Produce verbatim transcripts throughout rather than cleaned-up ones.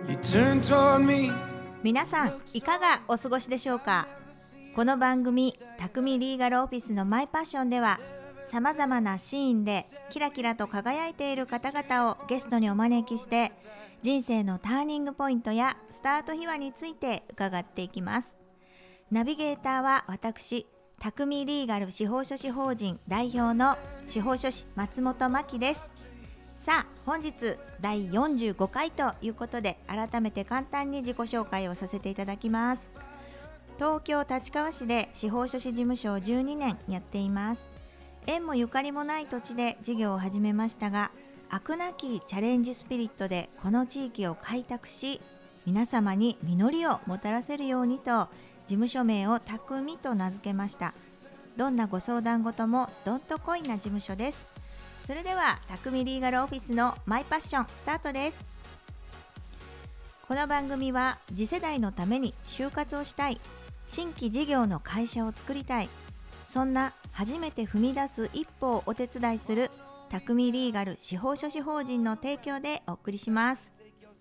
He turned toward me. 皆さんいかがお過ごしでしょうか。この番組匠リーガルオフィスのマイパッションでは、さまざまなシーンでキラキラと輝いている方々をゲストにお招きして、人生のターニングポイントやスタート秘話について伺っていきます。ナビゲーターは私、匠リーガル司法書士法人代表の司法書士松本真希です。さあ本日だいよんじゅうごかいということで、改めて簡単に自己紹介をさせていただきます。東京立川市で司法書士事務所をじゅうにねんやっています。縁もゆかりもない土地で事業を始めましたが、飽くなきチャレンジスピリットでこの地域を開拓し、皆様に実りをもたらせるようにと、事務所名を匠と名付けました。どんなご相談事もどんとこいな事務所です。それでは匠リーガルオフィスのマイパッションスタートです。この番組は次世代のために就活をしたい、新規事業の会社を作りたい、そんな初めて踏み出す一歩をお手伝いする匠リーガル司法書士法人の提供でお送りします。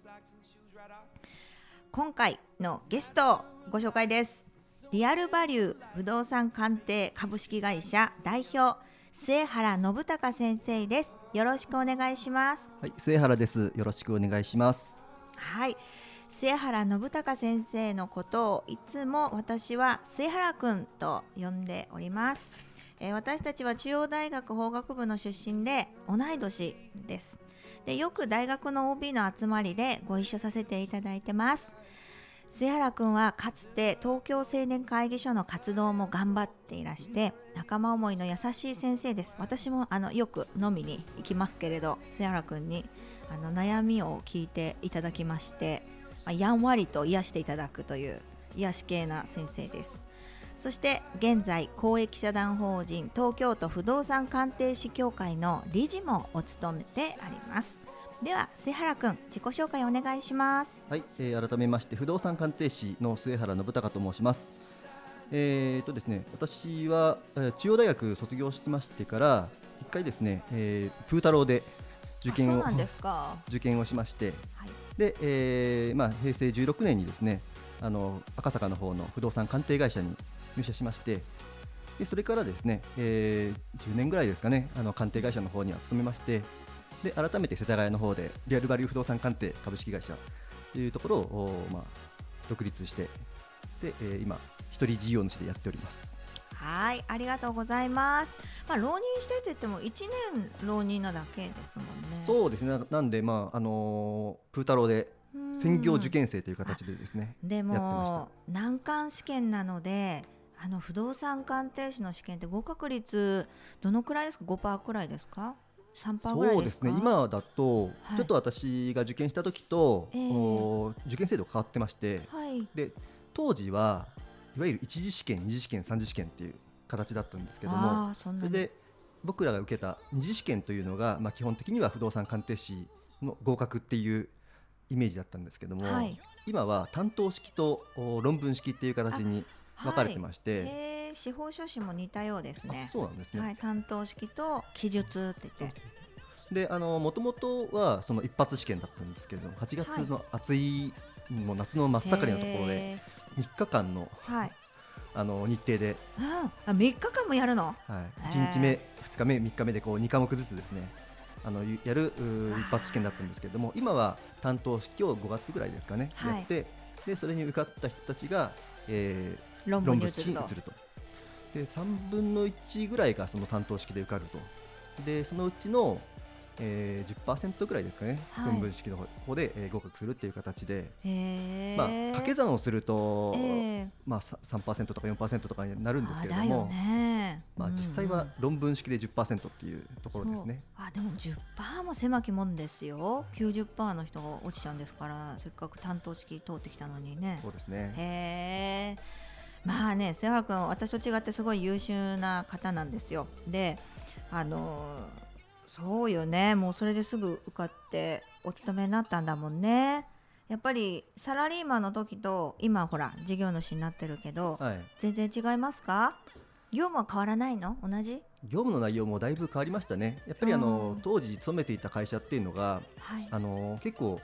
今回のゲストをご紹介です。リアルバリュー不動産鑑定株式会社代表、末原信孝先生です。よろしくお願いします。 はい、末原です。よろしくお願いします。 はい、末原信孝先生のことをいつも私は末原くんと呼んでおります。えー、私たちは中央大学法学部の出身で同い年です。で、よく大学の オービー の集まりでご一緒させていただいてます。末原くんはかつて東京青年会議所の活動も頑張っていらして、仲間思いの優しい先生です。私もあのよく飲みに行きますけれど、末原くんにあの悩みを聞いていただきまして、まあ、やんわりと癒していただくという癒し系な先生です。そして現在公益社団法人東京都不動産鑑定士協会の理事もお務めてあります。では末原くん、自己紹介お願いします。 はい、えー、改めまして不動産鑑定士の末原信孝と申します。えーとですね、私は、えー、中央大学卒業してましてから一回ですね、えー、プータローで受験をそうなんですか。 受験をしまして、 はい、 で、えーまあ、へいせいじゅうろくねんにですね、あの赤坂の方の不動産鑑定会社に入社しまして、でそれからですね、えー、じゅうねんぐらいですかね、あの鑑定会社の方には勤めまして、で改めて世田谷の方でリアルバリュー不動産鑑定株式会社というところを、まあ、独立して、で、えー、今一人事業主でやっております。 はい、ありがとうございます。まあ、浪人してって言ってもいちねん浪人なだけですもんね。 そうですね。なんで、まああのー、プータローで専業受験生という形でですね、 でもやってました。 難関試験なので、あの不動産鑑定士の試験って合格率どのくらいですか？ ごパーセント くらいですか？ さんパーセント ぐらいですか？ そうですね。今だと、 はい、 ちょっと私が受験した時と、 えー、 受験制度が変わってまして、 はい、 で当時はいわゆる一次試験、二次試験、三次試験っていう形だったんですけども、 そんなに。 それで僕らが受けた二次試験というのが、まあ、基本的には不動産鑑定士の合格っていうイメージだったんですけども、はい、今は担当式と論文式っていう形に分かれてまして、はい、 えー、司法書士も似たようですね。 そうなんですね、 はい、担当式と記述って言って、 であの元々はその一発試験だったんですけれども、はちがつの暑い、はい、もう夏の真っ盛りのところでみっかかんの、はい、あの日程で、 あ、みっかかんもやるの、 はい、いちにちめ、ふつかめ、みっかめでこうにかもくずつですね、あのやる一発試験だったんですけれども、今は担当式をごがつぐらいですかね、はい、やって、でそれに受かった人たちが、えー、論文式に移ると。でさんぶんのいちぐらいがその担当式で受かると。でそのうちのえー、じゅっパーセント ぐらいですかね、はい、論文式の方で、えー、合格するっていう形で、まあ、掛け算をすると、えーまあ、さんパーセント とか よんパーセント とかになるんですけれども、 ね、 まあ、実際は論文式で じゅっパーセント っていうところですね。 あ、でも じゅっパーセント も狭きもんですよ。 きゅうじゅっパーセント の人が落ちちゃうんですから、せっかく担当式通ってきたのにね。 そうですね。 へー、まあね、末原君、私と違ってすごい優秀な方なんですよ。で、あのーそうよね、もうそれですぐ受かってお勤めになったんだもんね。やっぱりサラリーマンの時と今ほら事業主になってるけど、はい、全然違いますか？業務は変わらないの？同じ？ 業務の内容もだいぶ変わりましたね。やっぱりあの当時勤めていた会社っていうのが、はい、あの結構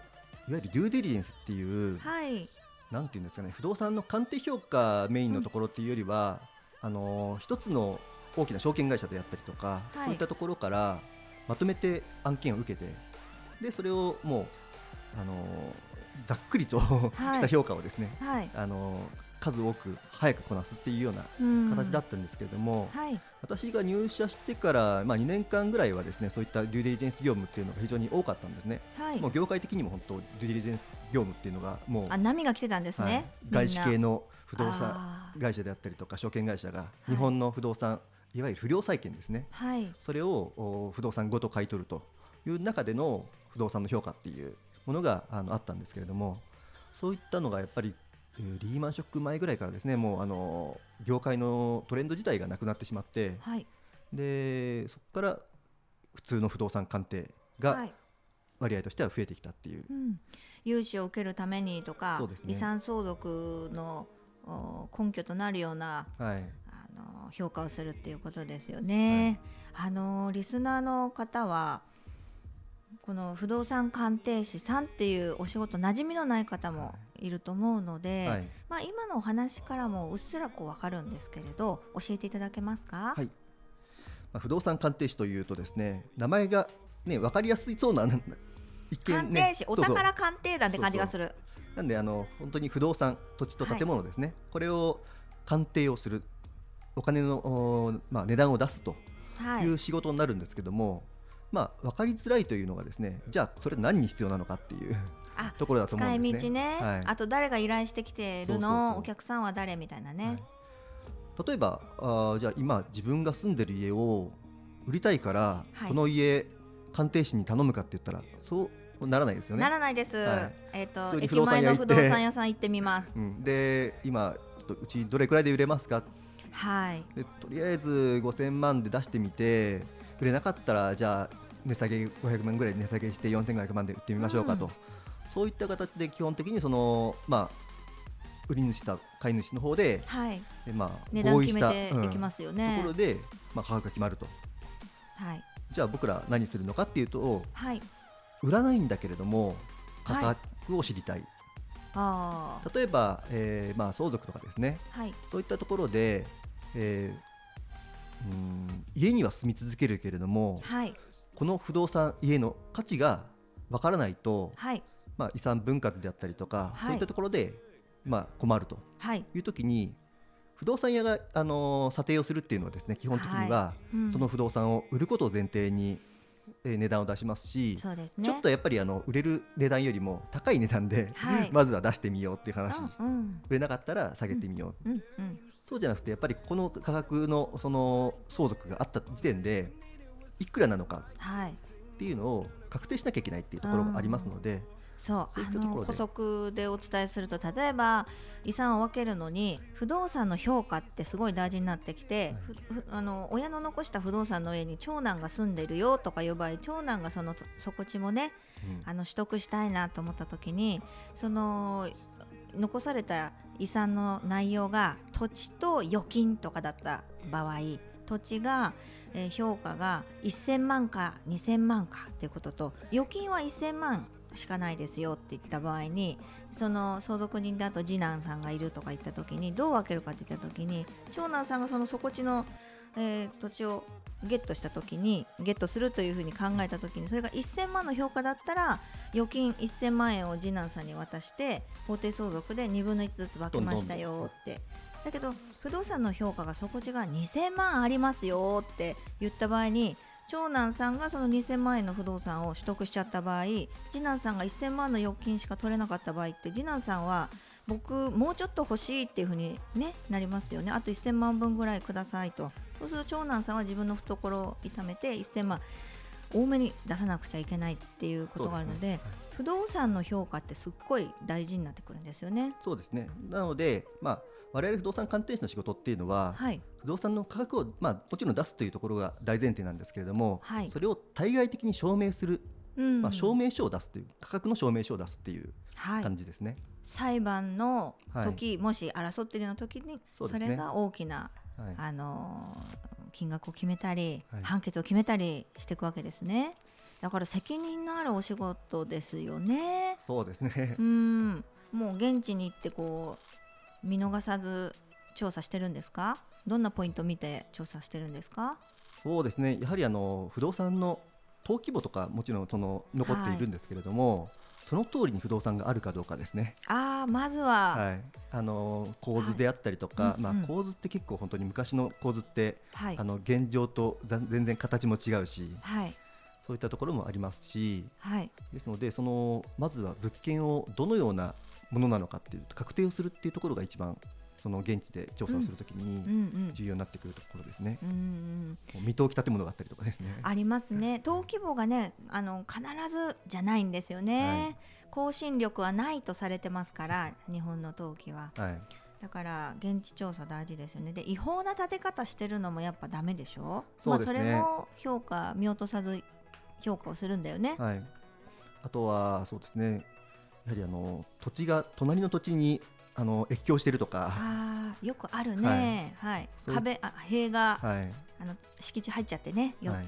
いわゆるデューデリジェンスっていう、 はい、 なんていうんですかね、不動産の鑑定評価メインのところっていうよりは、うん、あの一つの大きな証券会社であったりとか、はい、そういったところからまとめて案件を受けて、でそれをもうあのざっくりとした評価をですね、はい、あの数多く早くこなすっていうような形だったんですけれども、はい、私が入社してから、まあ、にねんかんぐらいはですね、そういったデューデリジェンス業務っていうのが非常に多かったんですね、はい、もう業界的にも本当デューデリジェンス業務っていうのがもうあ波が来てたんですね、 はい、外資系の不動産会社であったりとか証券会社が日本の不動産、はい、いわゆる不良債権ですね、はい、それを不動産ごと買い取るという中での不動産の評価っていうものが あのあったんですけれども、そういったのがやっぱりリーマンショック前ぐらいからですね、もうあの業界のトレンド自体がなくなってしまって、はい、でそこから普通の不動産鑑定が割合としては増えてきたっていう、はい、うん、 融資を受けるためにとか、ね、遺産相続の根拠となるような、はい、あの評価をするっていうことですよね、はい、あのリスナーの方はこの不動産鑑定士さんっていうお仕事馴染みのない方もいると思うので、はい、まあ、今のお話からもうっすらこう分かるんですけれど、教えていただけますか。はい、まあ、不動産鑑定士というとですね、名前が、ね、分かりやすいそうな一見、ね、 鑑定士、お宝鑑定団って感じがする。 そうそうなんであの本当に不動産、土地と建物ですね、はい、これを鑑定をする、お金の、まあ、値段を出すという仕事になるんですけども、はい、まあ、分かりづらいというのがですね、じゃあそれ何に必要なのかっていうところだと思うんですね。 使い道ね、はい、あと誰が依頼してきているの、そうそうそう、お客さんは誰みたいなね、はい、例えばあじゃあ今自分が住んでる家を売りたいから、はい、この家鑑定士に頼むかって言ったらそうならないですよね。 ならないです、はい、えー、と駅前の不動産屋さん行ってみます、 うん、で今ちょっとうちどれくらいで売れますか、はい、でとりあえずごせんまんで出してみて、売れなかったらじゃあ値下げごひゃくまんぐらい値下げしてよんせんごひゃくまんで売ってみましょうかと、うん、そういった形で基本的にその、まあ、売り主と買い主の方で、はい、でまあ、 値段決めていきますよね、 うん、ところで、まあ、価格が決まると、はい、じゃあ僕ら何するのかっていうと、はい、売らないんだけれども価格を知りたい、はい、あ例えば、えーまあ、相続とかですね、はい、そういったところで、えーうん家には住み続けるけれども、はい、この不動産家の価値がわからないと、はい、まあ、遺産分割であったりとか、はい、そういったところで、まあ、困るというときに、はい、不動産屋が、あのー、査定をするっていうのはですね、基本的には、はいうん、その不動産を売ることを前提に、えー、値段を出しますし、そうですね、ちょっとやっぱりあの売れる値段よりも高い値段で、はい、まずは出してみようっていう話、うん、売れなかったら下げてみよう、うんうんうん、そうじゃなくてやっぱりこの価格のその相続があった時点でいくらなのかっていうのを確定しなきゃいけないっていうところがありますので、 そうそういったところであの補足でお伝えすると、例えば遺産を分けるのに不動産の評価ってすごい大事になってきて、はい、あの親の残した不動産の上に長男が住んでるよとかいう場合、長男がその底地もね、うん、あの取得したいなと思った時に、その残された遺産の内容が土地と預金とかだった場合、土地が、えー、評価がせんまんかにせんまんかっていうことと、預金はせんまんしかないですよって言った場合に、その相続人だと次男さんがいるとか言った時にどう分けるかって言った時に、長男さんがその底地の、えー、土地をゲットした時にゲットするというふうに考えた時に、それがせんまんの評価だったら預金せんまんえんを次男さんに渡して法定相続でにぶんのいちずつ分けましたよって。だけど不動産の評価が底地がにせんまんありますよって言った場合に、長男さんがそのにせんまんえんの不動産を取得しちゃった場合、次男さんがせんまんの預金しか取れなかった場合って、次男さんは僕もうちょっと欲しいっていう風に、ね、なりますよね。あとせんまんぶんぐらいくださいと。そうすると長男さんは自分の懐を痛めてせんまん多めに出さなくちゃいけないっていうことがあるの で, で、ねはい、不動産の評価ってすっごい大事になってくるんですよね。 そうですね。なので、まあ、我々不動産鑑定士の仕事っていうのは、はい、不動産の価格を、まあ、もちろん出すというところが大前提なんですけれども、はい、それを対外的に証明する、うんまあ、証明書を出すという、価格の証明書を出すっていう感じですね、はい、 裁判の時、はい、もし争っているような時に そ,、ね、それが大きな、はい、あのー、金額を決めたり、はい、判決を決めたりしていくわけですね。 だから責任のあるお仕事ですよね。 そうですね。 うん、もう現地に行ってこう見逃さず調査してるんですか？どんなポイントを見て調査してるんですか？ そうですね、やはりあの不動産の登記簿とかもちろんその残っているんですけれども、はい、その通りに不動産があるかどうかですね。 あ、まずは、 はい、あの構図であったりとか、はい、まあ、構図って結構本当に昔の構図って、はい、あの現状と全然形も違うし、はい、そういったところもありますし、はい、ですのでそのまずは物件をどのようなものなのかっていう確定をするっていうところが一番その現地で調査をするときに重要になってくるところですね。うんうんうん、未登記建物があったりとかですね。 ありますね。登記簿がね、あの必ずじゃないんですよね、はい、更新力はないとされてますから日本の登記は、はい、だから現地調査大事ですよね。で違法な建て方してるのもやっぱダメでしょ。そうですね、まあ、それも評価見落とさず評価をするんだよね、はい、 あとはそうですね、やはりあの土地が隣の土地にあの越境してるとか、 あよくあるね、はいはい、壁あ塀が、はい、あの敷地入っちゃってね よ,、はい、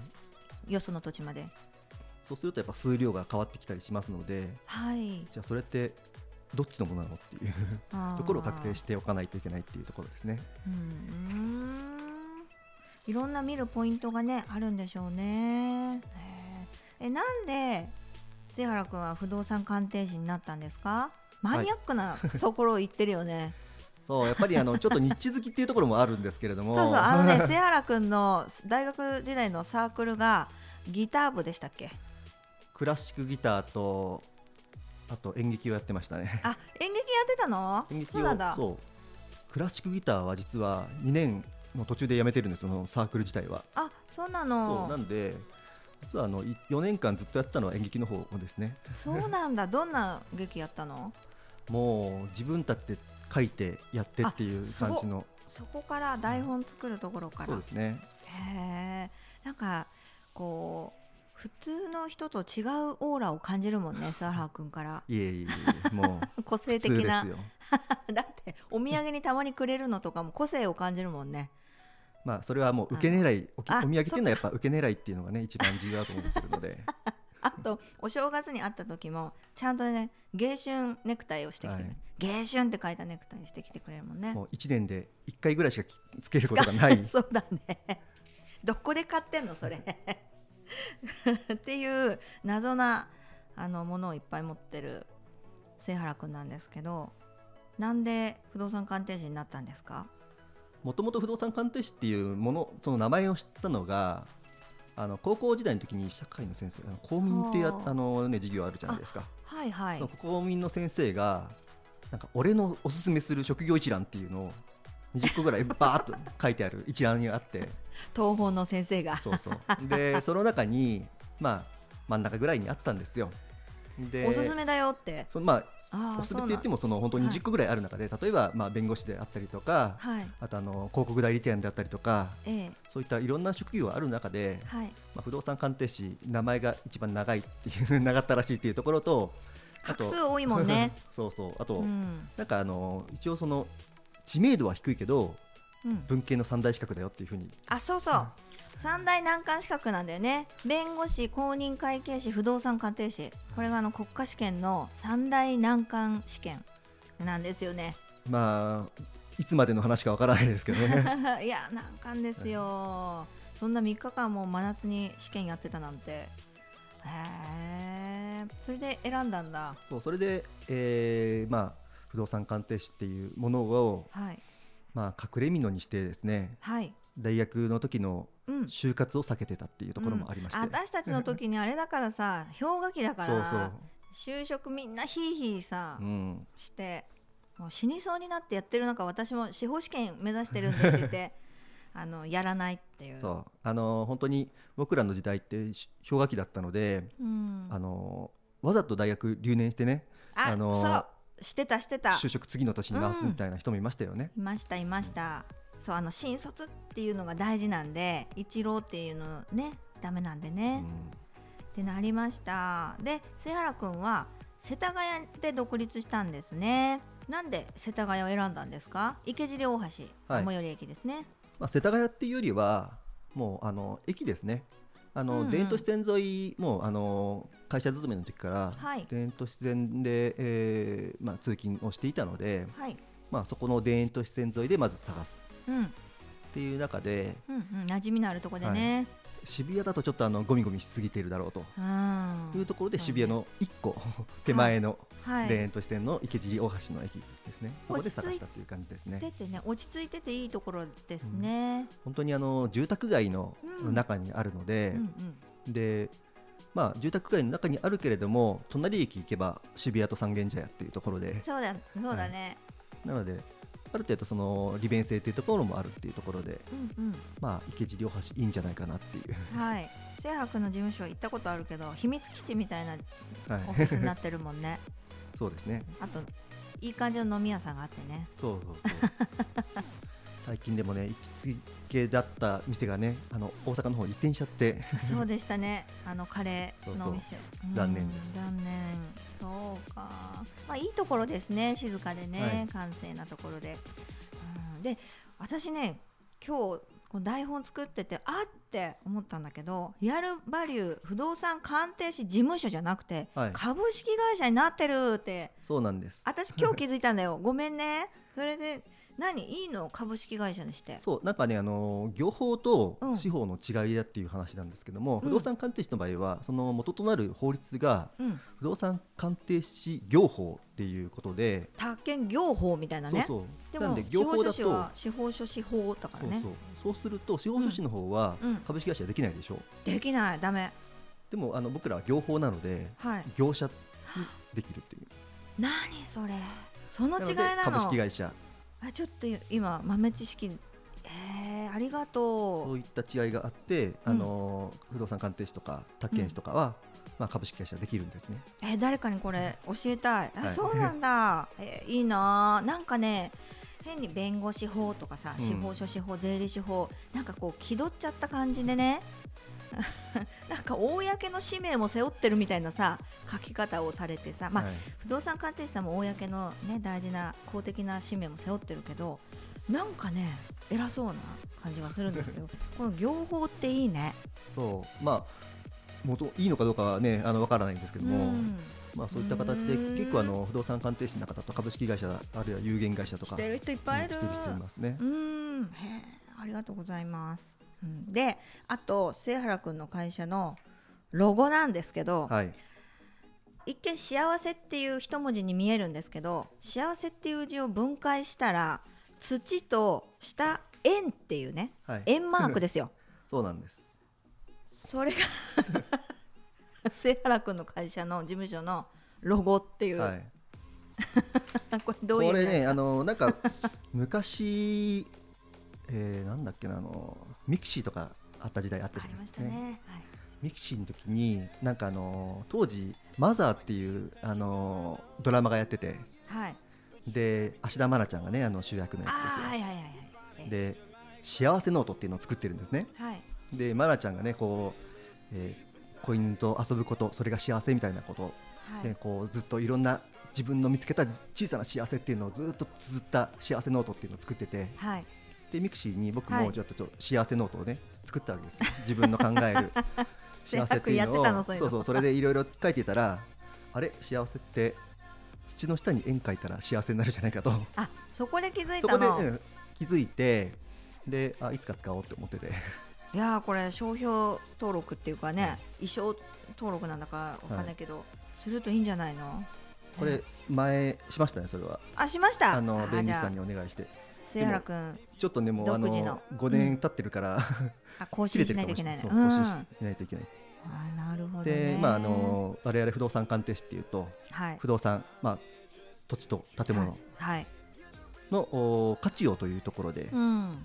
よその土地まで。 そうするとやっぱ数量が変わってきたりしますので、はい、じゃあそれってどっちのものなのっていうところを確定しておかないといけないっていうところですね。うーん、いろんな見るポイントがねあるんでしょうね。えなんで末原君は不動産鑑定士になったんですか？マニアックなところを言ってるよね、はい、 そうやっぱりあのちょっとニッチ好きっていうところもあるんですけれどもそうそう、あのね末原君の大学時代のサークルがギター部でしたっけ？ クラシックギターとあと演劇をやってましたね。 あ、演劇やってたの？ 演劇をそうなんだ。そうクラシックギターは実はにねんの途中で辞めてるんですよ、そのサークル自体は。 あ、そうなの。 そうなんで実はあのよねんかんずっとやったのは演劇の方ですね。 そうなんだ。どんな劇やったの？ もう自分たちで書いてやってっていう感じの。 そ, そこから台本作るところから、 そうですね。 へー、なんかこう普通の人と違うオーラを感じるもんね、須原君から。 いえいえいえ、もう個性的なだってお土産にたまにくれるのとかも個性を感じるもんね。 まあそれはもう受け狙い、お, お土産っていうのはやっぱ受け狙いっていうのがね一番重要だと思ってるのであとお正月に会った時もちゃんとね迎春ネクタイをしてきて、はい、迎春って書いたネクタイしてきてくれるもんね。 もういちねんでいっかいぐらいしかつけることがないそうだね。どこで買ってんのそれっていう謎なあのものをいっぱい持ってる末原くんなんですけど、なんで不動産鑑定士になったんですか？ もともと不動産鑑定士っていうもの、その名前を知ったのがあの高校時代の時に社会の先生、あの公民っていうあの、ね、授業あるじゃないですか。 はいはい、 その公民の先生がなんか俺のおすすめする職業一覧っていうのをにじゅっこぐらいバーッと書いてある一覧があって東宝の先生がそうそうでその中に、まあ、真ん中ぐらいにあったんですよ。でおすすめだよってその、まあ、おすすめって言ってもその本当ににじゅっこぐらいある中で、はい、例えばまあ弁護士であったりとか、はい、あとあの広告代理店であったりとか、ええ、そういったいろんな職業がある中で、はい、まあ、不動産鑑定士名前が一番長いっていう長ったらしいっていうところと、 画数多いもんねそうそう、あと、うん、なんかあの一応その知名度は低いけど、うん、文系の三大資格だよっていうふうに。 あ、そうそう、うん、三大難関資格なんだよね。弁護士、公認会計士、不動産鑑定士、これがあの国家試験の三大難関試験なんですよね。 まあいつまでの話かわからないですけどねいや難関ですよ。そんなみっかかんも真夏に試験やってたなんて。へー、それで選んだんだ。 そう、それで、えーまあ、不動産鑑定士っていうものを、はい、まあ、隠れ蓑にしてですね、はい、大学の時の就活を避けてたっていうところもありまして、 うんうん、私たちの時にあれだからさ氷河期だからそうそう就職みんなヒーヒーさ、うん、してもう死にそうになってやってる中、私も司法試験目指してるんでって言ってあのやらないっていう。 そう、あの本当に僕らの時代って氷河期だったので、うん、あのわざと大学留年してね、 ああのそうしてたしてた就職次の年に回すみたいな人もいましたよね、 うん、いましたいました、うん、そう、あの新卒っていうのが大事なんで一浪っていうのねダメなんでね、うん、ってなりました。で末原くんは世田谷で独立したんですね。なんで世田谷を選んだんですか？池尻大橋、はい、最寄り駅ですね。 まあ、世田谷っていうよりはもうあの駅ですね。 あの、うんうん、田園都市線沿いもあの会社勤めの時から、はい、田園都市線で、えーまあ、通勤をしていたので、はい、まあ、そこの田園都市線沿いでまず探す、うん、っていう中で、 うんうん、馴染みのあるところでね、はい、 渋谷だとちょっとあのゴミゴミしすぎているだろうというところで、渋谷のいっこ手前の田園都市線の池尻大橋の駅ですね、そこで探したという感じですね。 落ち着いててね、落ち着いてていいところですね、うん、 本当にあの住宅街の中にあるので、うんうんうん、でまあ、住宅街の中にあるけれども隣駅行けば渋谷と三軒茶屋っていうところで、 そうだ、そうだね、 はい、なのである程度その利便性というところもあるっていうところで、うんうん、まあ、池尻大橋いいんじゃないかなっていう、 はい、清白の事務所行ったことあるけど秘密基地みたいなオフィスになってるもんね、はい、 そうですね。 あといい感じの飲み屋さんがあってね、 そうそうそう最近でもね行きつけだった店がね、あの大阪の方に移転しちゃってそうでしたね、あのカレーのお店。そうそう、 残念です。 残念。そうか、まあ、いいところですね、静かでね、はい、閑静なところで、うん、で私ね今日この台本作っててあって思ったんだけど、リアルバリュー不動産鑑定士事務所じゃなくて、はい、株式会社になってるって。 そうなんです。 私今日気づいたんだよごめんね。それで何いいの株式会社にして。 そうなんかね、あの業法と司法の違いだっていう話なんですけども、うん、不動産鑑定士の場合はその元となる法律が不動産鑑定士業法っていうことで、 宅建業法みたいなね。 そうそう、 でもなんで業法だと司法書士法だからね。 そうそう、そうすると司法書士の方は株式会社できないでしょう、 うん、できない、ダメ。 でもあの僕らは業法なので、はい、業者にできるっていう。 何それ、その違いなの。 株式会社、 あ、ちょっと今豆知識、えー、ありがとう。 そういった違いがあって、うん、あの不動産鑑定士とか宅建士とかは、うん、まあ、株式会社できるんですね。 えー、誰かにこれ教えたい。あ、はい、そうなんだ、えー、いいな。なんかね変に弁護士法とかさ、司法書士法、税理士法、なんかこう気取っちゃった感じでねなんか公の使命も背負ってるみたいなさ書き方をされてさ、まあはい、不動産鑑定士さんも公の、ね、大事な公的な使命も背負ってるけど、なんかね偉そうな感じがするんですけどこの業法っていいね。 そう、まあ元いいのかどうかはね、あの分からないんですけども、うん、まあ、そういった形で結構あの不動産鑑定士の方と株式会社あるいは有限会社とかしてる人いっぱいいる、 うん、してる人いますね。 うん、へー、ありがとうございます。うん、であと末原くんの会社のロゴなんですけど、はい、一見幸せっていう一文字に見えるんですけど、幸せっていう字を分解したら土と下円っていうね、はい、円マークですよそうなんです。 それが末原くんの会社の事務所のロゴっていう、はい、これどういうこれね、あのなんか昔えー、なんだっけな、あのミクシーとかあった時代あったじゃないですか ね, ね、はい、ミクシーの時になんかあの当時マザーっていうあのドラマがやってて、はい、で芦田愛菜ちゃんがねあの主役のやつですよ、はいはいはいはい、で幸せノートっていうのを作ってるんですね、はい、で愛菜ちゃんがねこう、えー、子犬と遊ぶこと、それが幸せみたいなこと、はい、でこうずっといろんな自分の見つけた小さな幸せっていうのをずっと綴った幸せノートっていうのを作ってて、はい、でミクシーに僕もちょっとちょっと幸せノートをね作ったわけですよ。自分の考える幸せっていうのをそうそう、それでいろいろ書いてたらあれ幸せって土の下に円描いたら幸せになるじゃないかと。 あ、そこで気づいたの。 そこで、ね、気づいて、であいつか使おうって思ってていやこれ商標登録っていうかね、衣装登録なんだかわかんないけど、はい、するといいんじゃないの。 これ前しましたね。それはあしました。 あの弁理士さんにお願いして。 末原君ちょっとねもうあのごねん経ってるから、うん、 あ更新しないといけないね。 そう更新しないといけない、 うん、あなるほどね。 で、まあ、あの我々不動産鑑定士っていうと、はい、不動産、まあ、土地と建物の、はい、価値をというところで、うん、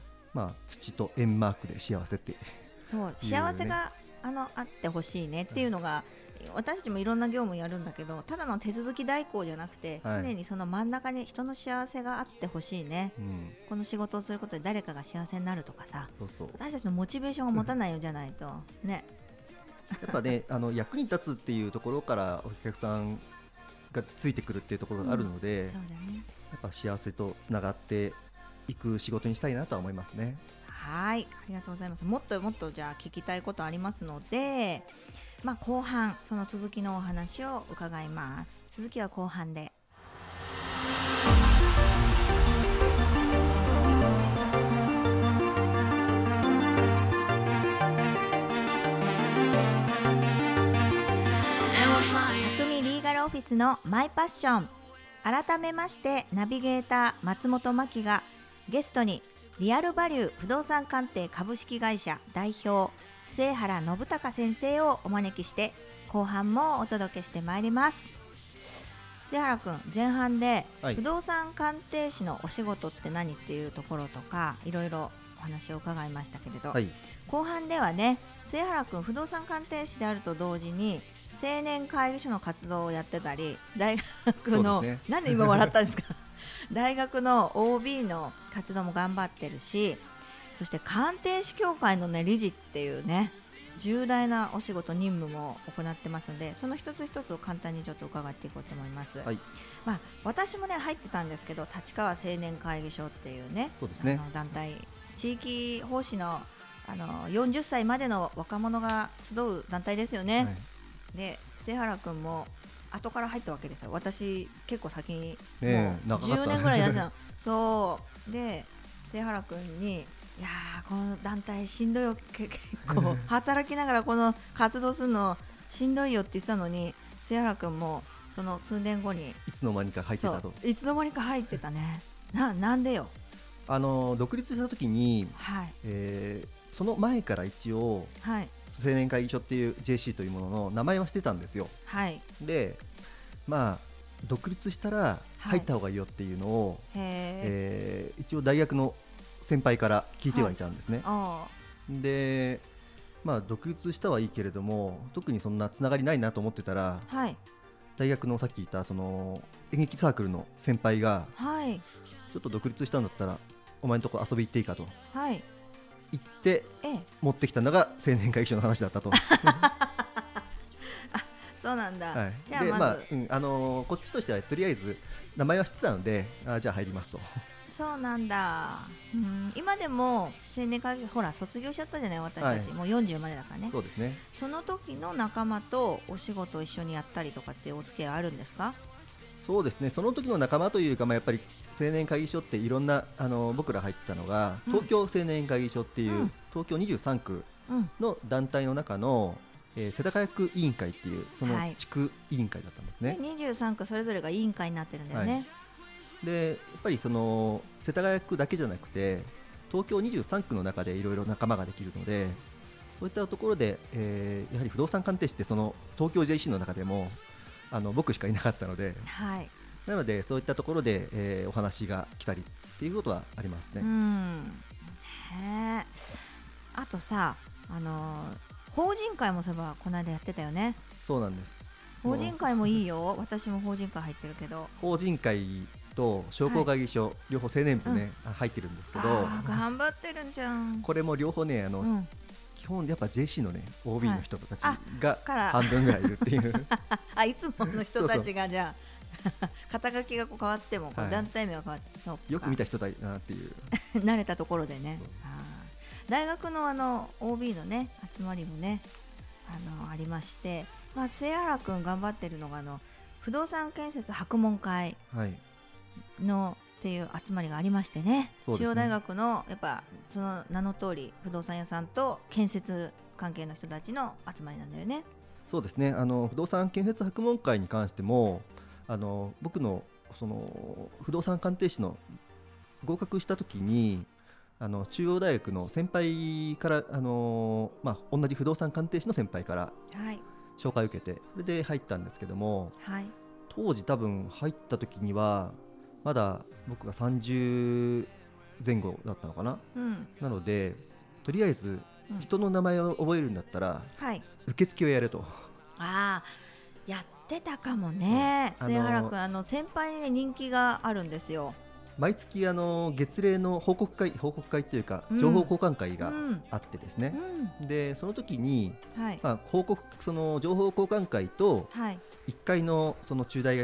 まあ、土と円マークで幸せっていう、 そう、幸せがあのあってほしいねっていうのが、私たちもいろんな業務やるんだけど、ただの手続き代行じゃなくて、はい、常にその真ん中に人の幸せがあってほしいね、うん、この仕事をすることで誰かが幸せになるとかさ、そうそう、私たちのモチベーションが持たないよじゃないとねやっぱねあの役に立つっていうところからお客さんがついてくるっていうところがあるので、うん、そうだね、やっぱ幸せとつながっていく仕事にしたいなとは思いますね。 はい、ありがとうございます。もっともっとじゃあ聞きたいことありますので、まあ、後半その続きのお話を伺います。続きは後半で。匠リーガルオフィスのマイパッション。改めましてナビゲーター松本真希がゲストにリアルバリュー不動産鑑定株式会社代表末原信孝先生をお招きして後半もお届けしてまいります。末原くん、前半で不動産鑑定士のお仕事って何っていうところとかいろいろお話を伺いましたけれど、はい、後半ではね、末原くん不動産鑑定士であると同時に青年会議所の活動をやってたり、大学の、ね、なんで今笑ったんですか大学の オービー の活動も頑張ってるし、そして鑑定士協会の、ね、理事っていうね重大なお仕事任務も行ってますので、その一つ一つを簡単にちょっと伺っていこうと思います。はい、まあ、私もね入ってたんですけど、立川青年会議所っていうね、そうですね、あの団体、地域奉仕の、あのよんじゅっさいまでの若者が集う団体ですよね。はい、で末原くんも後から入ったわけですよ。私結構先に、ね、もうじゅうねんぐらいやってたのそうで末原くんに、いやこの団体しんどいよ、結構働きながらこの活動するのしんどいよって言ってたのに、末原くんもその数年後にいつの間にか入ってたと。 いつの間にか入ってたね。な, なんでよあの独立した時に、はい、えー、その前から一応、はい、青年会議所っていう ジェーシー というものの名前はしてたんですよ。はい、で、まあ、独立したら入った方がいいよっていうのを、はい、えー、一応大学の先輩から聞いてはいたんですね。はい、で、まあ、独立したはいいけれども特にそんなつながりないなと思ってたら、はい、大学のさっき言ったその演劇サークルの先輩が、はい、ちょっと独立したんだったらお前のとこ遊び行っていいかと、はい、言って、ええ、持ってきたのが青年会議所の話だったとあ、そうなんだ。 はい、じゃあまず、まあうん、あのー、こっちとしてはとりあえず名前は知ってたので、あ、じゃあ入りますと。 そうなんだ。うん、今でも青年会議所ほら卒業しちゃったじゃない私たち、はい、もうよんじゅうまでだからね。 そうですね。 その時の仲間とお仕事を一緒にやったりとかってお付き合いあるんですか？ そうですね、その時の仲間というか、まあ、やっぱり青年会議所っていろんなあの僕ら入ったのが、うん、東京青年会議所っていう、うん、東京にじゅうさんくの団体の中の、うん、えー、世田谷区委員会っていうその地区委員会だったんですね。はい、 にじゅうさんくそれぞれが委員会になってるんだよね。はい、 でやっぱりその世田谷区だけじゃなくて東京にじゅうさんくの中でいろいろ仲間ができるので、そういったところで、えー、やはり不動産鑑定士ってその東京 ジェーシー の中でもあの僕しかいなかったので、はい、なのでそういったところで、えー、お話が来たりっていうことはありますね。うん、 へー。あとさ、あのー、法人会もそういえばこの間やってたよね。 そうなんです。 法人会もいいよ。私も法人会入ってるけど、 法人会と商工会議所、はい、両方青年部ね、うん、入ってるんですけど、 あ、頑張ってるんじゃん。 これも両方ね、あの、うん、基本やっぱ ジェーシー のね オービー の人たちが半分ぐらいいるっていう、はい、 あ、いつもの人たちがじゃあ肩書きがこう変わってもこう団体名が変わって、はい、そうよく見た人だなっていう慣れたところでね。あ、大学のあの オービー のね集まりもね あのありまして、まあ、末原くん頑張ってるのがあの不動産建設博問会の、はい、っていう集まりがありましてね。中央大学のやっぱその名の通り不動産屋さんと建設関係の人たちの集まりなんだよね。 そうですね、あの不動産建設博問会に関してもあの僕のその不動産鑑定士の合格した時にあの中央大学の先輩からあの、まあ、同じ不動産鑑定士の先輩から紹介を受けて、それで入ったんですけども、はい、当時多分入った時にはまだ僕がさんじゅうぜん後だったのかな、うん、なのでとりあえず人の名前を覚えるんだったら、うん、はい、受付をやれと。 あ、やってたかもね、うん、末原君あの先輩に、ね、人気があるんですよ。 毎月あの月例の報告会報告会っていうか、うん、情報交換会があってですね、うん、でその時に、はい、まあ、報告その情報交換会といっかいのその中大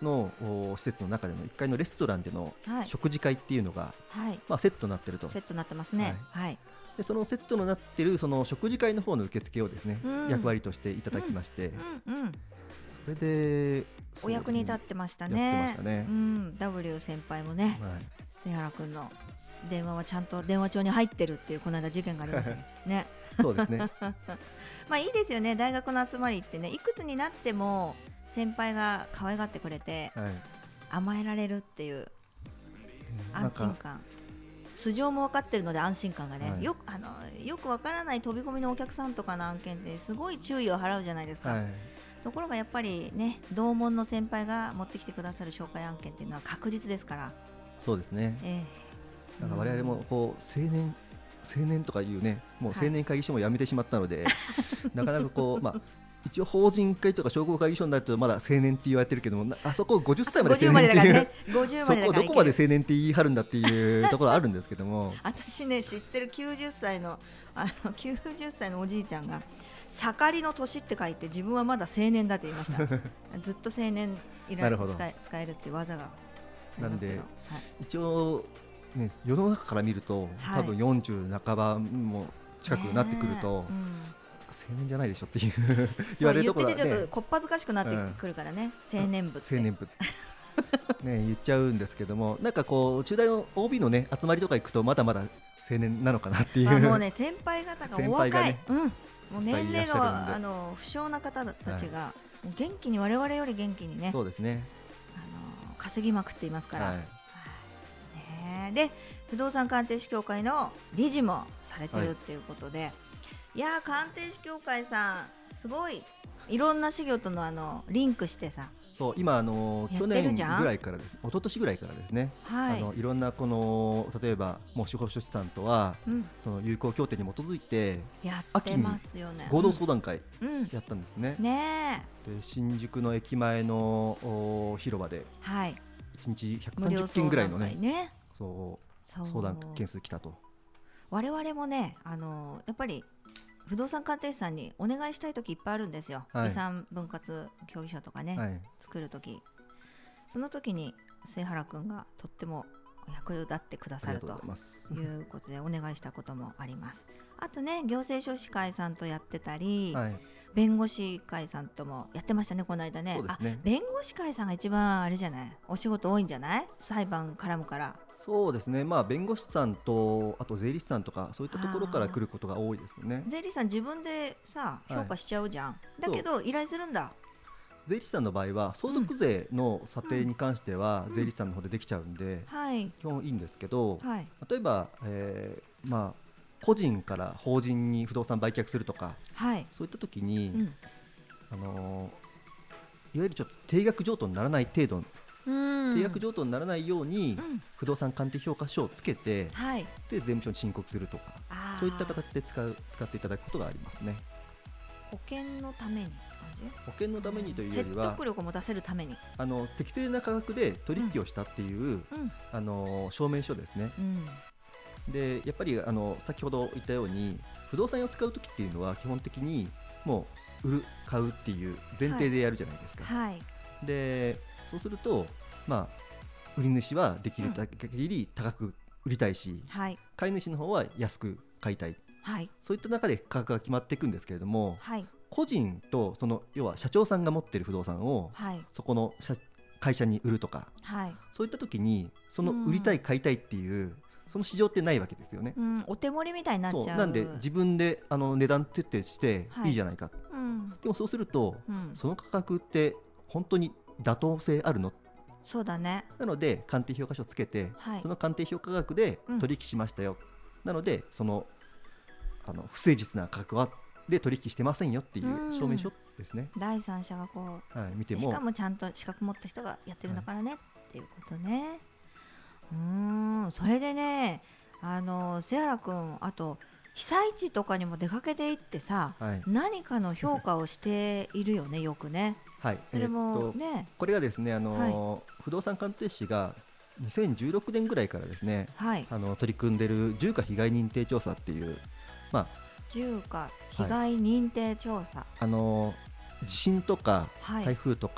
の施設の中でのいっかいのレストランでの食事会っていうのが、 はいまあ、セットになってると。 セットになってますね、はいはい、 でそのセットになっているその食事会の方の受付をですね、うん、役割としていただきまして、うんうんうん、それでお役に立ってましたね。 やってましたね、 うん、W 先輩もね、はい、瀬原くんの電話はちゃんと電話帳に入ってるっていうこの間事件がありましたね。ねそうですねまあいいですよね、大学の集まりってね、いくつになっても先輩が可愛がってくれて、はい、甘えられるっていう安心感、素性も分かってるので安心感がね、はい、よくあのよく分からない飛び込みのお客さんとかの案件ってすごい注意を払うじゃないですか、はい、ところがやっぱりね、同門の先輩が持ってきてくださる紹介案件っていうのは確実ですから。 そうですね、えー、なんか我々もこう青年青年とかいうね、もう青年会議所も辞めてしまったので、はい、なかなかこう、まあ、一応法人会とか商工会議所になるとまだ青年って言われてるけども、あそこごじゅっさいまで青年っていう、ね、そこどこまで青年って言い張るんだっていうところあるんですけども私ね、知ってるきゅうじゅっさい の, あのきゅうじゅっさいのおじいちゃんが盛りの年って書いて自分はまだ青年だと言いましたずっと青年いられる使え、使えるっていう技がありますけど、 なんで、はい、一応ね、世の中から見ると、はい、多分よんじゅう半ばも近くなってくると、うん、青年じゃないでしょっていう言われるところが、ね、 言っててちょっとこっぱずかしくなってくるからね、うん、青年部って青年部ね、言っちゃうんですけども、なんかこう中大の オービー の、ね、集まりとか行くとまだまだ青年なのかなっていう、 あもうね、先輩方がお若い、ね、うん、もう年齢があの不詳な方たちが、はい、元気に我々より元気にね、 そうですね、 あの稼ぎまくっていますから、はいね、で不動産鑑定士協会の理事もされてるっていうことで、はい、いや鑑定士協会さんすごいいろんな事業とのあのリンクしてさ、 そう今あの去年ぐらいからです、一昨年ぐらいからですね、はい、あのいろんなこの例えばもう司法書士さんとは、うん、その友好協定に基づいて秋に合同相談会やったんですね。 うん、ねで新宿の駅前の広場で、はい、いちにちひゃくさんじゅっけんぐらいのね、ねそう相談件数来たと。 我々もね、あのやっぱり不動産鑑定士さんにお願いしたいときいっぱいあるんですよ、はい、遺産分割協議書とかね、はい、作るとき、その時に末原くんがとっても役立ってくださるということでお願いしたこともあります。あとね、行政書士会さんとやってたり、はい、弁護士会さんともやってましたね、この間 ね, あ弁護士会さんが一番あれじゃない、お仕事多いんじゃない、裁判絡むから。 そうですね、まあ、弁護士さんとあと税理士さんとかそういったところから来ることが多いですよね。 税理士さん自分でさ評価しちゃうじゃん、はい、だけど依頼するんだ。 税理士さんの場合は相続税の査定に関しては税理士さんの方でできちゃうんで、うんうん、基本いいんですけど、はい、例えば、えーまあ、個人から法人に不動産売却するとか、はい、そういった時に、うん、あのー、いわゆるちょっと定額譲渡にならない程度、定額譲渡にならないように、うん、不動産鑑定評価書をつけて、はい、で税務署に申告するとか、そういった形で使う使っていただくことがありますね。 保険のために保険のためにというよりは、 説得力を持たせるためにあの適正な価格で取引をしたっていう、うん、あの証明書ですね、うん、でやっぱりあの先ほど言ったように不動産を使うときっていうのは基本的にもう売る買うっていう前提でやるじゃないですか、はいはい、でそうすると、まあ、売り主はできる限り高く売りたいし、はい、買い主の方は安く買いたい、はい、そういった中で価格が決まっていくんですけれども、はい、個人とその要は社長さんが持っている不動産を、はい、そこの会社に売るとか、はい、そういった時にその売りたい買いたいっていう、うん、その市場ってないわけですよね、 うん、お手盛りみたいになっちゃう。 そうなんで自分であの値段設定していいじゃないか、はいうん、でもそうすると、うん、その価格って本当に妥当性あるの。 そうだね。 なので鑑定評価書をつけて、はい、その鑑定評価額で取引しましたよ、うん、なのでそのあの不誠実な価格はで取引してませんよっていう証明書ですね、 うん、第三者がこう、はい、見てもしかもちゃんと資格持った人がやってるんだからね、はい、っていうことね。うーん、それでね、あの瀬原くん、あと被災地とかにも出かけていってさ、はい、何かの評価をしているよねよくね。はい、それもね、えー、 これがですね、あのーはい、不動産鑑定士がにせんじゅうろくねんぐらいからですね、はい、あの取り組んでいる住家被害認定調査っていう、まあ、 住家被害認定調査、はい、 あのー、地震とか台風とか、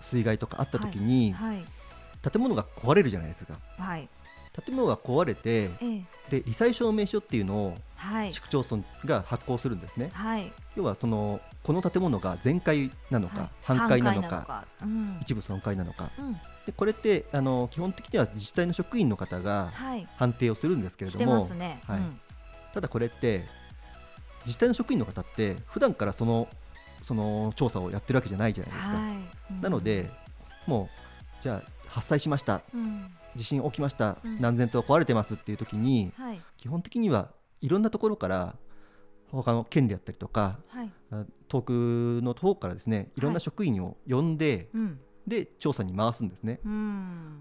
水害とかあった時に、 はいはい、 建物が壊れるじゃないですか、 はい、 建物が壊れて、ええ、で罹災証明書っていうのを市区町村が発行するんですね、はい、要はそのこの建物が全壊なのか、はい、半壊なのか、なのか、うん、一部損壊なのか、うん、でこれってあの基本的には自治体の職員の方が判定をするんですけれども、はい、してますね、はい、うん、ただこれって自治体の職員の方って普段からその、その調査をやってるわけじゃないじゃないですか、はい、うん、なのでもうじゃあ発災しました、うん、地震起きました、うん、何千棟壊れてますっていう時に、はい、基本的にはいろんなところから他の県であったりとか、はい、遠くの方からですねいろんな職員を呼んで、はい、うん、で調査に回すんですね、うん、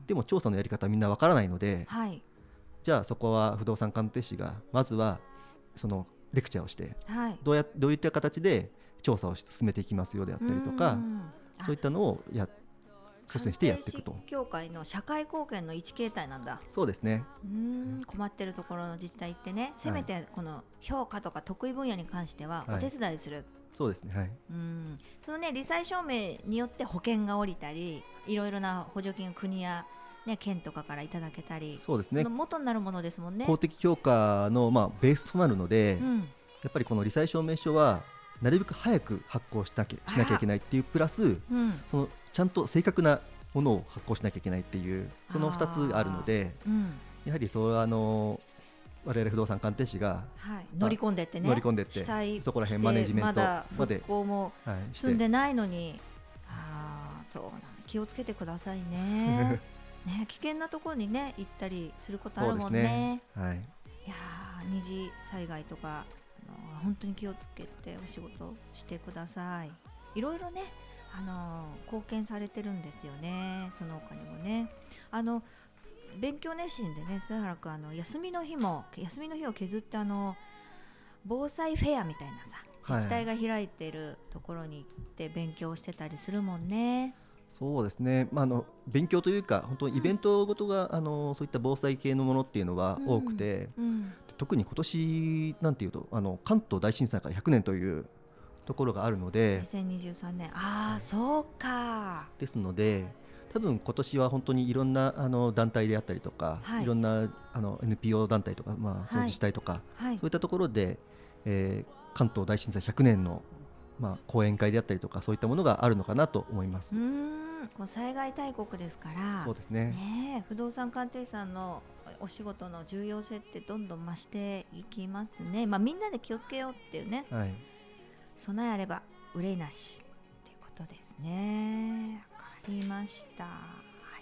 でも調査のやり方はみんなわからないので、はい、じゃあそこは不動産鑑定士がまずはそのレクチャーをして、はい、どうやどういった形で調査を進めていきますよであったりとか、そういったのをや率先してやっていくと。 鑑定士協会の社会貢献の一形態なんだ。 そうですね。 うーん、困ってるところの自治体ってね、せめてこの評価とか得意分野に関してはお手伝いする、はい、 そうですね、はい、 うん、そのね罹災証明によって保険が下りたり、いろいろな補助金を国やね、県とかからいただけたり、 そうですね、 その元になるものですもんね。 公的評価の、まあ、ベースとなるので、うん、やっぱりこの罹災証明書はなるべく早く発行しなきゃ、しなきゃいけないっていうプラス、うん、そのちゃんと正確なものを発行しなきゃいけないっていうそのふたつあるので、うん、やはりそれはあの我々不動産鑑定士が、 はい、乗り込んでってね、 乗り込んでって被災そこら辺マネジメントまで、 まだ復興も済んでないのに、はい、あ、そうなの、気をつけてくださいねね、危険なところにね行ったりすることあるもんね。そうですね、はい、いや二次災害とかあの本当に気をつけてお仕事してください。いろいろね、あの貢献されてるんですよね。その他にもね、あの勉強熱心でね、末原君あの休みの日も休みの日を削ってあの防災フェアみたいなさ、自治体が開いてるところに行って勉強してたりするもんね。 そうですね、まあ、あの勉強というか本当にイベントごとが、うん、あのそういった防災系のものっていうのは多くて、うんうん、特に今年なんていうとあの関東大震災からひゃくねんというところがあるので、 にせんにじゅうさんねん、ああそうか、 ですので多分今年は本当にいろんなあの団体であったりとか、はい、いろんなあの エヌピーオー 団体とか、まあ、その自治体とか、はい、そういったところで、えー、関東大震災ひゃくねんのまあ、講演会であったりとかそういったものがあるのかなと思います。 うーん、こう災害大国ですから、 そうですね、 ね、不動産鑑定士さんのお仕事の重要性ってどんどん増していきますね。まあ、みんなで気をつけようっていうね、はい、備えあれば憂いなしっていうことですね。わかりました、はい。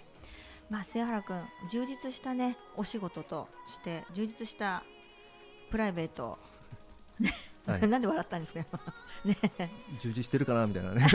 まあ、末原くん充実したねお仕事として充実したプライベートはい、なんで笑ったんですかね充実してるかなみたいなね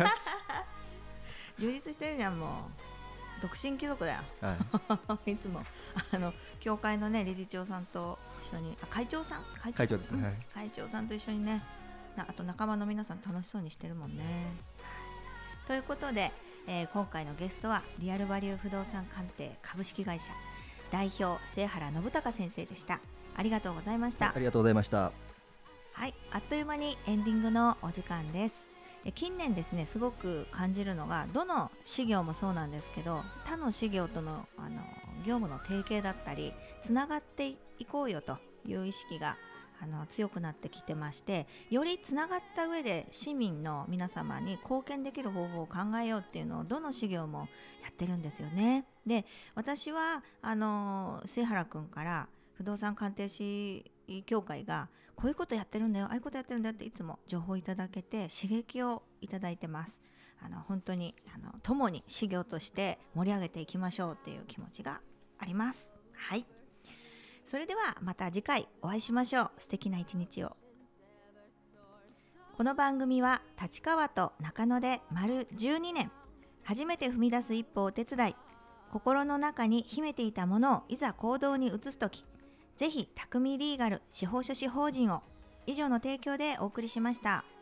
充実してるじゃん、もう独身貴族だよ、はい、いつもあの協会のね理事長さんと一緒に、あ、会長さん会長、 会長ですね、はい、 会長さんと一緒にね、あと仲間の皆さん楽しそうにしてるもんね。ということで、えー、今回のゲストはリアルバリュー不動産鑑定株式会社代表末原信孝先生でした。ありがとうございました。 ありがとうございました。 はい、あっという間にエンディングのお時間です。え近年ですね、すごく感じるのが、どの事業もそうなんですけど、他の事業との、あの業務の提携だったりつながっていこうよという意識があの強くなってきてまして、よりつながった上で市民の皆様に貢献できる方法を考えようっていうのをどの事業もやってるんですよね。で、私はあの末原くんから不動産鑑定士協会がこういうことやってるんだよ、ああいうことやってるんだよっていつも情報いただけて刺激をいただいてます。あの本当にあの共に事業として盛り上げていきましょうっていう気持ちがあります。はい、それではまた次回お会いしましょう。素敵な一日を。この番組は立川と中野で丸じゅうにねん、初めて踏み出す一歩をお手伝い、心の中に秘めていたものをいざ行動に移すとき、ぜひ匠リーガル司法書士法人を以上の提供でお送りしました。